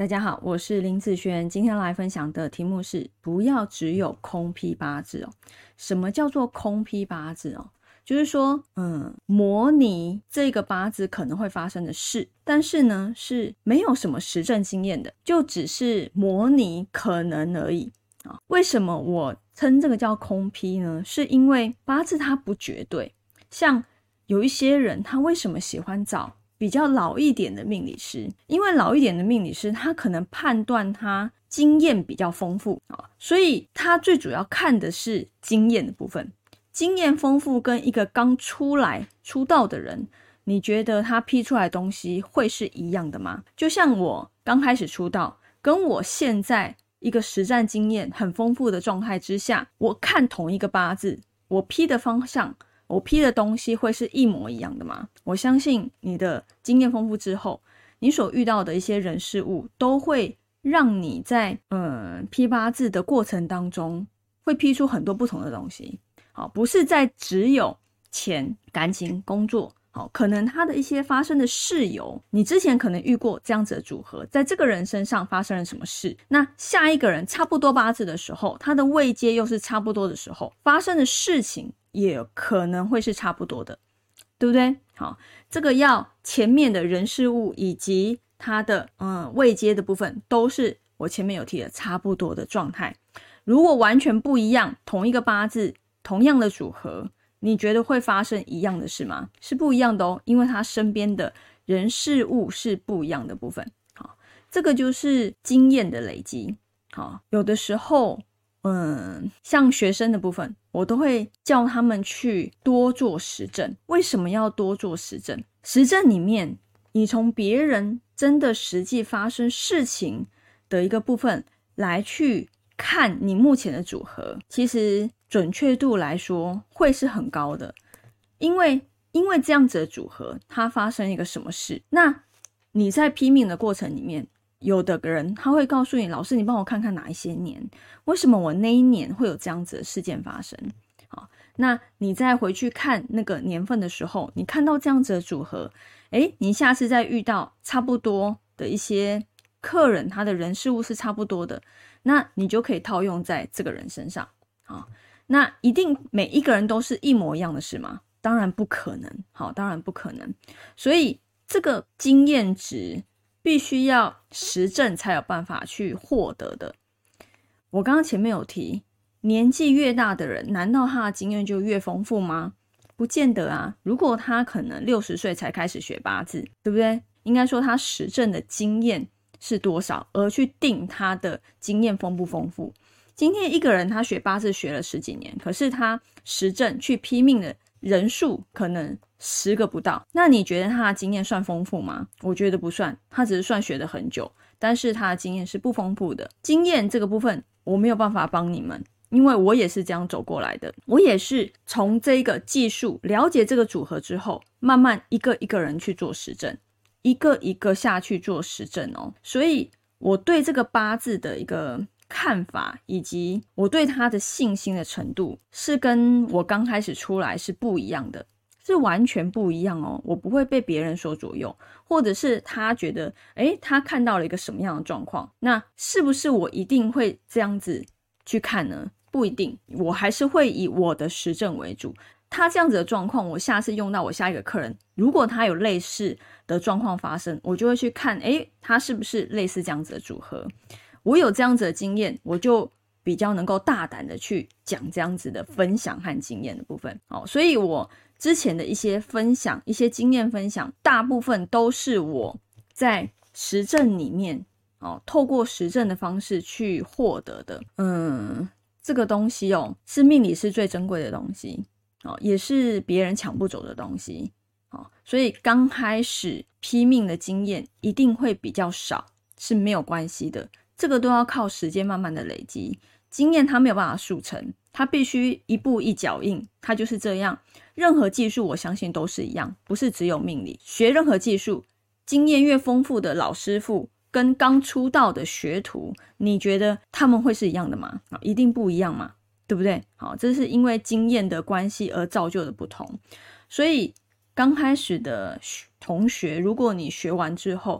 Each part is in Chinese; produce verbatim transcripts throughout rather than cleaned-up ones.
大家好，我是林子璇，今天来分享的题目是不要只有空批八字哦。什么叫做空批八字哦？就是说嗯，模拟这个八字可能会发生的事，但是呢是没有什么实证经验的，就只是模拟可能而已。为什么我称这个叫空批呢？是因为八字它不绝对，像有一些人他为什么喜欢找比较老一点的命理师？因为老一点的命理师他可能判断他经验比较丰富，所以他最主要看的是经验的部分。经验丰富跟一个刚出来出道的人，你觉得他批出来的东西会是一样的吗？就像我刚开始出道，跟我现在一个实战经验很丰富的状态之下，我看同一个八字，我批的方向，我批的东西会是一模一样的吗？我相信你的经验丰富之后，你所遇到的一些人事物都会让你在呃批八字的过程当中会批出很多不同的东西。好，不是在只有钱、感情、工作，好，可能他的一些发生的事由，你之前可能遇过这样子的组合，在这个人身上发生了什么事，那下一个人差不多八字的时候，他的位阶又是差不多的时候，发生的事情也可能会是差不多的，对不对？好，这个要前面的人事物以及他的嗯位阶的部分，都是我前面有提的差不多的状态。如果完全不一样，同一个八字同样的组合，你觉得会发生一样的事吗？是不一样的哦，因为他身边的人事物是不一样的部分。好，这个就是经验的累积。好，有的时候嗯，像学生的部分，我都会叫他们去多做实证。为什么要多做实证？实证里面，你从别人真的实际发生事情的一个部分来去看你目前的组合，其实准确度来说会是很高的。因为因为这样子的组合，它发生一个什么事，那你在批命的过程里面，有的人他会告诉你，老师你帮我看看哪一些年，为什么我那一年会有这样子的事件发生。好，那你再回去看那个年份的时候，你看到这样子的组合，诶，你下次再遇到差不多的一些客人，他的人事物是差不多的，那你就可以套用在这个人身上。好，那一定每一个人都是一模一样的事吗？当然不可能。好，当然不可能。所以这个经验值必须要实证才有办法去获得的。我刚刚前面有提，年纪越大的人，难道他的经验就越丰富吗？不见得啊。如果他可能六十岁才开始学八字，对不对？应该说他实证的经验是多少，而去定他的经验丰不丰富。今天一个人他学八字学了十几年，可是他实证去批命的人数可能十个不到，那你觉得他的经验算丰富吗？我觉得不算，他只是算学得很久，但是他的经验是不丰富的。经验这个部分我没有办法帮你们，因为我也是这样走过来的，我也是从这个技术了解这个组合之后，慢慢一个一个人去做实证，一个一个下去做实证哦。所以我对这个八字的一个看法以及我对他的信心的程度是跟我刚开始出来是不一样的，是完全不一样哦。我不会被别人所左右，或者是他觉得诶他看到了一个什么样的状况，那是不是我一定会这样子去看呢？不一定，我还是会以我的实证为主。他这样子的状况，我下次用到我下一个客人，如果他有类似的状况发生，我就会去看诶他是不是类似这样子的组合。我有这样子的经验，我就比较能够大胆的去讲这样子的分享和经验的部分。好，所以我之前的一些分享，一些经验分享，大部分都是我在实证里面哦，透过实证的方式去获得的。嗯，这个东西哦，是命理师最珍贵的东西哦，也是别人抢不走的东西哦。所以刚开始批命的经验一定会比较少，是没有关系的。这个都要靠时间慢慢的累积，经验它没有办法速成，它必须一步一脚印，它就是这样。任何技术我相信都是一样，不是只有命理，学任何技术，经验越丰富的老师傅跟刚出道的学徒，你觉得他们会是一样的吗？一定不一样嘛，对不对？好，这是因为经验的关系而造就的不同。所以刚开始的同学，如果你学完之后，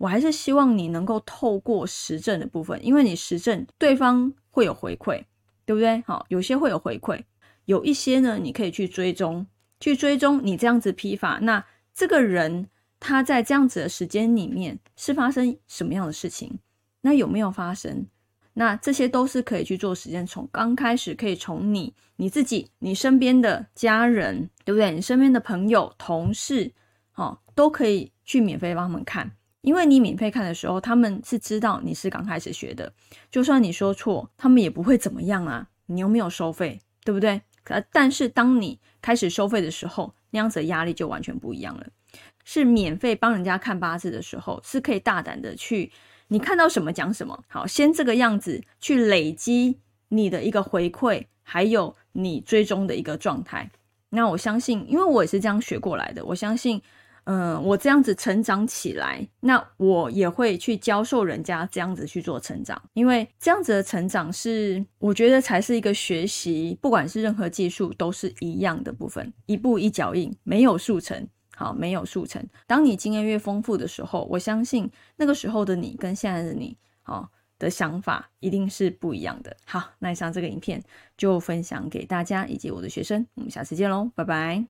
我还是希望你能够透过实证的部分，因为你实证对方会有回馈，对不对？好，有些会有回馈，有一些呢你可以去追踪，去追踪你这样子批法，那这个人他在这样子的时间里面是发生什么样的事情，那有没有发生，那这些都是可以去做实践，从刚开始可以从你你自己你身边的家人，对不对？你身边的朋友同事、哦、都可以去免费帮他们看，因为你免费看的时候他们是知道你是刚开始学的，就算你说错他们也不会怎么样啊，你又没有收费，对不对？但是当你开始收费的时候，那样子的压力就完全不一样了，是免费帮人家看八字的时候是可以大胆的去你看到什么讲什么，好，先这个样子去累积你的一个回馈，还有你追踪的一个状态。那我相信因为我也是这样学过来的，我相信嗯，我这样子成长起来，那我也会去教授人家这样子去做成长，因为这样子的成长是我觉得才是一个学习，不管是任何技术都是一样的部分，一步一脚印，没有速成，好，没有速成。当你经验越丰富的时候，我相信那个时候的你跟现在的你好的想法一定是不一样的。好，那以上这个影片就分享给大家以及我的学生，我们下次见咯，拜拜。